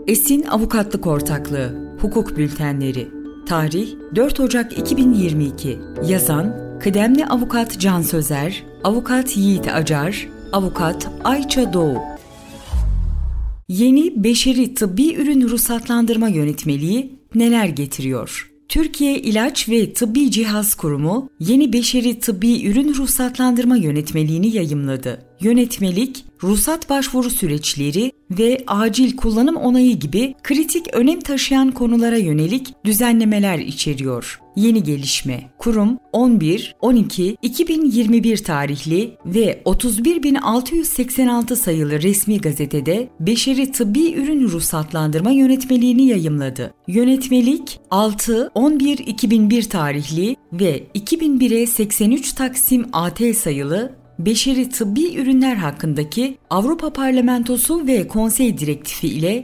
Esin Avukatlık Ortaklığı Hukuk Bültenleri Tarih 4 Ocak 2022 Yazan Kıdemli Avukat Can Sözer, Avukat Yiğit Acar, Avukat Ayça Doğu. Yeni Beşeri Tıbbi Ürün Ruhsatlandırma Yönetmeliği neler getiriyor? Türkiye İlaç ve Tıbbi Cihaz Kurumu yeni Beşeri Tıbbi Ürün Ruhsatlandırma Yönetmeliğini yayımladı. Yönetmelik, ruhsat başvuru süreçleri ve acil kullanım onayı gibi kritik önem taşıyan konulara yönelik düzenlemeler içeriyor. Yeni gelişme, kurum 11-12-2021 tarihli ve 31.686 sayılı resmi gazetede Beşeri Tıbbi Ürün Ruhsatlandırma Yönetmeliğini yayımladı. Yönetmelik 6-11-2001 tarihli ve 2001'e 83 Taksim AT sayılı Beşeri tıbbi ürünler hakkındaki Avrupa Parlamentosu ve Konsey Direktifi ile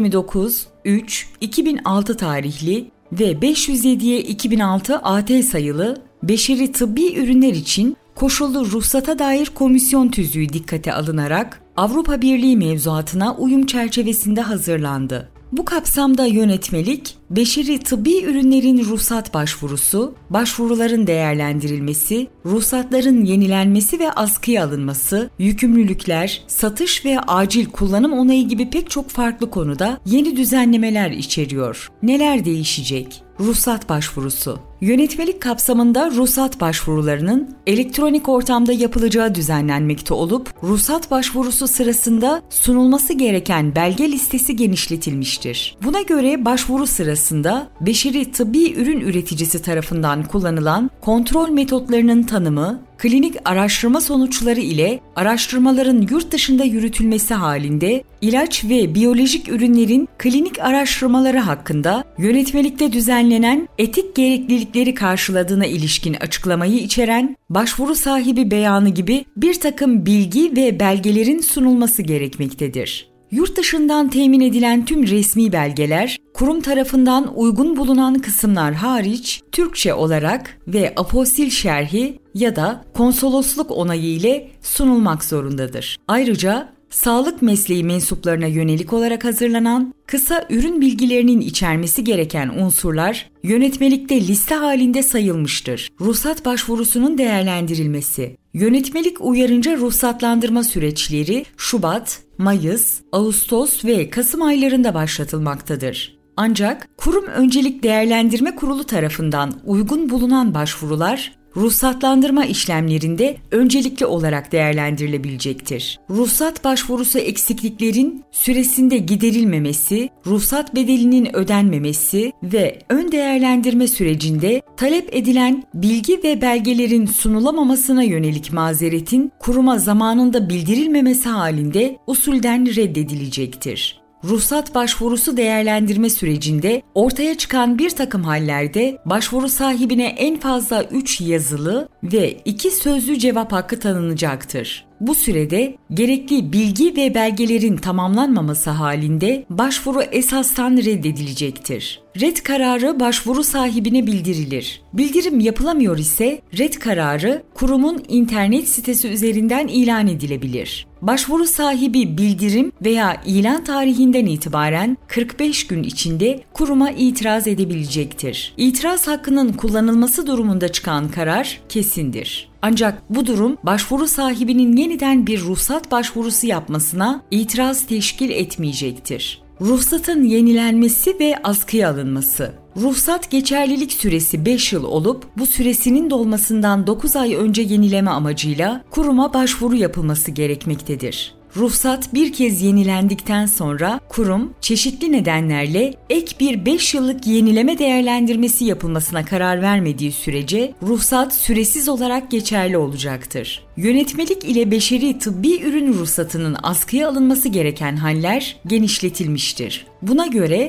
29-3-2006 tarihli ve 507'ye 2006 AT sayılı beşeri tıbbi ürünler için koşullu ruhsata dair komisyon tüzüğü dikkate alınarak Avrupa Birliği mevzuatına uyum çerçevesinde hazırlandı. Bu kapsamda yönetmelik, beşeri tıbbi ürünlerin ruhsat başvurusu, başvuruların değerlendirilmesi, ruhsatların yenilenmesi ve askıya alınması, yükümlülükler, satış ve acil kullanım onayı gibi pek çok farklı konuda yeni düzenlemeler içeriyor. Neler değişecek? Ruhsat başvurusu. Yönetmelik kapsamında ruhsat başvurularının elektronik ortamda yapılacağı düzenlenmekte olup, ruhsat başvurusu sırasında sunulması gereken belge listesi genişletilmiştir. Buna göre başvuru sırasında beşeri tıbbi ürün üreticisi tarafından kullanılan kontrol metotlarının tanımı, klinik araştırma sonuçları ile araştırmaların yurt dışında yürütülmesi halinde ilaç ve biyolojik ürünlerin klinik araştırmaları hakkında yönetmelikte düzenlenen etik gereklilikleri karşıladığına ilişkin açıklamayı içeren başvuru sahibi beyanı gibi bir takım bilgi ve belgelerin sunulması gerekmektedir. Yurt dışından temin edilen tüm resmi belgeler, kurum tarafından uygun bulunan kısımlar hariç Türkçe olarak ve apostil şerhi ya da konsolosluk onayı ile sunulmak zorundadır. Ayrıca sağlık mesleği mensuplarına yönelik olarak hazırlanan kısa ürün bilgilerinin içermesi gereken unsurlar yönetmelikte liste halinde sayılmıştır. Ruhsat başvurusunun değerlendirilmesi. Yönetmelik uyarınca ruhsatlandırma süreçleri Şubat, Mayıs, Ağustos ve Kasım aylarında başlatılmaktadır. Ancak Kurum Öncelik Değerlendirme Kurulu tarafından uygun bulunan başvurular ruhsatlandırma işlemlerinde öncelikli olarak değerlendirilebilecektir. Ruhsat başvurusu eksikliklerin süresinde giderilmemesi, ruhsat bedelinin ödenmemesi ve ön değerlendirme sürecinde talep edilen bilgi ve belgelerin sunulamamasına yönelik mazeretin kuruma zamanında bildirilmemesi halinde usulden reddedilecektir. Ruhsat başvurusu değerlendirme sürecinde ortaya çıkan bir takım hallerde başvuru sahibine en fazla 3 yazılı ve 2 sözlü cevap hakkı tanınacaktır. Bu sürede gerekli bilgi ve belgelerin tamamlanmaması halinde başvuru esastan reddedilecektir. Red kararı başvuru sahibine bildirilir. Bildirim yapılamıyor ise red kararı kurumun internet sitesi üzerinden ilan edilebilir. Başvuru sahibi bildirim veya ilan tarihinden itibaren 45 gün içinde kuruma itiraz edebilecektir. İtiraz hakkının kullanılması durumunda çıkan karar kesindir. Ancak bu durum başvuru sahibinin yeniden bir ruhsat başvurusu yapmasına itiraz teşkil etmeyecektir. Ruhsatın yenilenmesi ve askıya alınması. Ruhsat geçerlilik süresi 5 yıl olup bu süresinin dolmasından 9 ay önce yenileme amacıyla kuruma başvuru yapılması gerekmektedir. Ruhsat bir kez yenilendikten sonra kurum çeşitli nedenlerle ek bir 5 yıllık yenileme değerlendirmesi yapılmasına karar vermediği sürece ruhsat süresiz olarak geçerli olacaktır. Yönetmelik ile beşeri tıbbi ürün ruhsatının askıya alınması gereken haller genişletilmiştir. Buna göre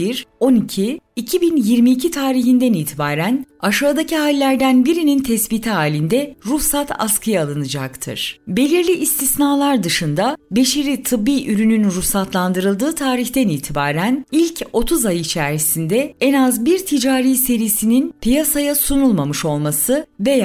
11-12-2022 tarihinden itibaren aşağıdaki hallerden birinin tespiti halinde ruhsat askıya alınacaktır. Belirli istisnalar dışında beşeri tıbbi ürünün ruhsatlandırıldığı tarihten itibaren ilk 30 ay içerisinde en az bir ticari serisinin piyasaya sunulmamış olması veya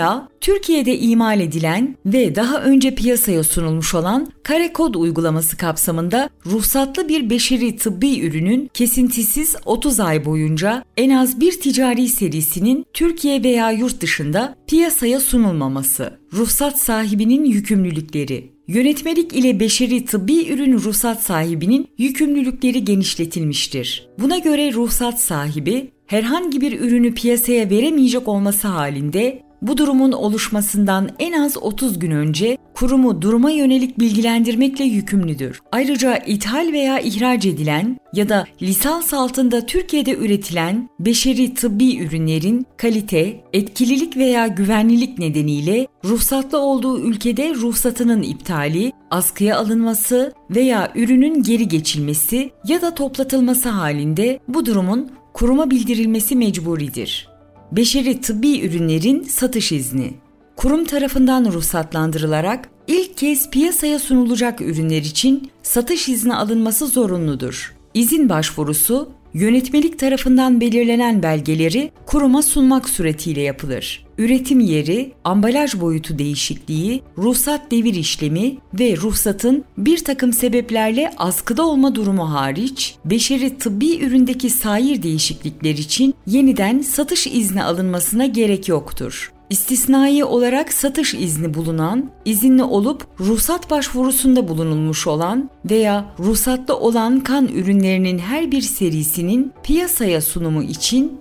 Türkiye'de imal edilen ve daha önce piyasaya sunulmuş olan Kare Kod uygulaması kapsamında ruhsatlı bir beşeri tıbbi ürünün kesintisiz 30 ay boyunca en az bir ticari serisinin Türkiye veya yurt dışında piyasaya sunulmaması. Ruhsat sahibinin yükümlülükleri. Yönetmelik ile beşeri tıbbi ürün ruhsat sahibinin yükümlülükleri genişletilmiştir. Buna göre ruhsat sahibi herhangi bir ürünü piyasaya veremeyecek olması halinde bu durumun oluşmasından en az 30 gün önce kurumu duruma yönelik bilgilendirmekle yükümlüdür. Ayrıca ithal veya ihraç edilen ya da lisans altında Türkiye'de üretilen beşeri tıbbi ürünlerin kalite, etkililik veya güvenlilik nedeniyle ruhsatlı olduğu ülkede ruhsatının iptali, askıya alınması veya ürünün geri geçilmesi ya da toplatılması halinde bu durumun kuruma bildirilmesi mecburidir. Beşeri tıbbi ürünlerin satış izni. Kurum tarafından ruhsatlandırılarak ilk kez piyasaya sunulacak ürünler için satış izni alınması zorunludur. İzin başvurusu, yönetmelik tarafından belirlenen belgeleri kuruma sunmak suretiyle yapılır. Üretim yeri, ambalaj boyutu değişikliği, ruhsat devir işlemi ve ruhsatın bir takım sebeplerle askıda olma durumu hariç, beşeri tıbbi üründeki sair değişiklikler için yeniden satış izni alınmasına gerek yoktur. İstisnai olarak satış izni bulunan, izinli olup ruhsat başvurusunda bulunulmuş olan veya ruhsatlı olan kan ürünlerinin her bir serisinin piyasaya sunumu için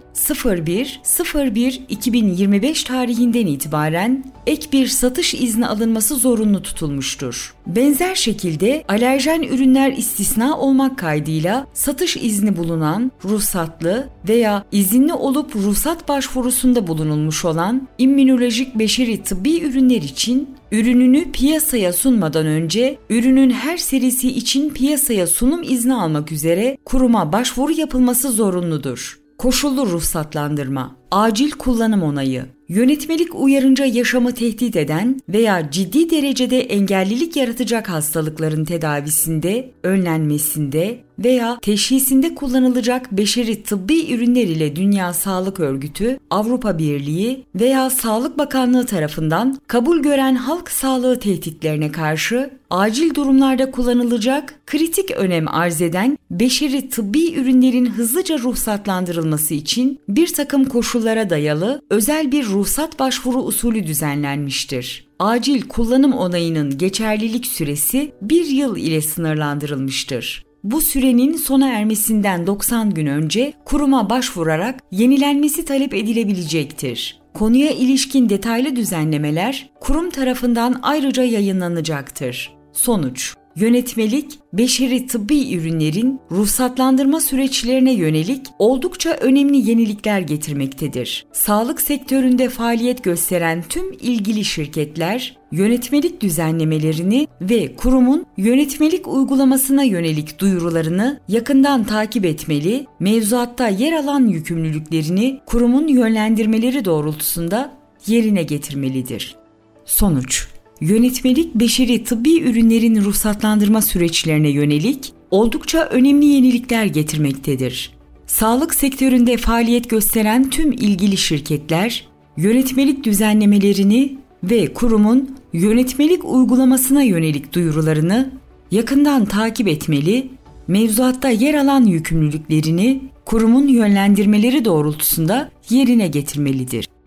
01.01.2025 tarihinden itibaren ek bir satış izni alınması zorunlu tutulmuştur. Benzer şekilde alerjen ürünler istisna olmak kaydıyla satış izni bulunan, ruhsatlı veya izinli olup ruhsat başvurusunda bulunulmuş olan immünolojik beşeri tıbbi ürünler için ürününü piyasaya sunmadan önce ürünün her serisi için piyasaya sunum izni almak üzere kuruma başvuru yapılması zorunludur. Koşullu ruhsatlandırma, acil kullanım onayı, yönetmelik uyarınca yaşamı tehdit eden veya ciddi derecede engellilik yaratacak hastalıkların tedavisinde, önlenmesinde veya teşhisinde kullanılacak beşeri tıbbi ürünler ile Dünya Sağlık Örgütü, Avrupa Birliği veya Sağlık Bakanlığı tarafından kabul gören halk sağlığı tehditlerine karşı acil durumlarda kullanılacak kritik önem arz eden beşeri tıbbi ürünlerin hızlıca ruhsatlandırılması için bir takım koşullara dayalı özel bir ruhsat başvuru usulü düzenlenmiştir. Acil kullanım onayının geçerlilik süresi 1 yıl ile sınırlandırılmıştır. Bu sürenin sona ermesinden 90 gün önce kuruma başvurarak yenilenmesi talep edilebilecektir. Konuya ilişkin detaylı düzenlemeler kurum tarafından ayrıca yayınlanacaktır. Sonuç: Yönetmelik, beşeri tıbbi ürünlerin ruhsatlandırma süreçlerine yönelik oldukça önemli yenilikler getirmektedir. Sağlık sektöründe faaliyet gösteren tüm ilgili şirketler, yönetmelik düzenlemelerini ve kurumun yönetmelik uygulamasına yönelik duyurularını yakından takip etmeli, mevzuatta yer alan yükümlülüklerini kurumun yönlendirmeleri doğrultusunda yerine getirmelidir. Sonuç: Yönetmelik, beşeri tıbbi ürünlerin ruhsatlandırma süreçlerine yönelik oldukça önemli yenilikler getirmektedir. Sağlık sektöründe faaliyet gösteren tüm ilgili şirketler, yönetmelik düzenlemelerini ve kurumun yönetmelik uygulamasına yönelik duyurularını yakından takip etmeli, mevzuatta yer alan yükümlülüklerini kurumun yönlendirmeleri doğrultusunda yerine getirmelidir.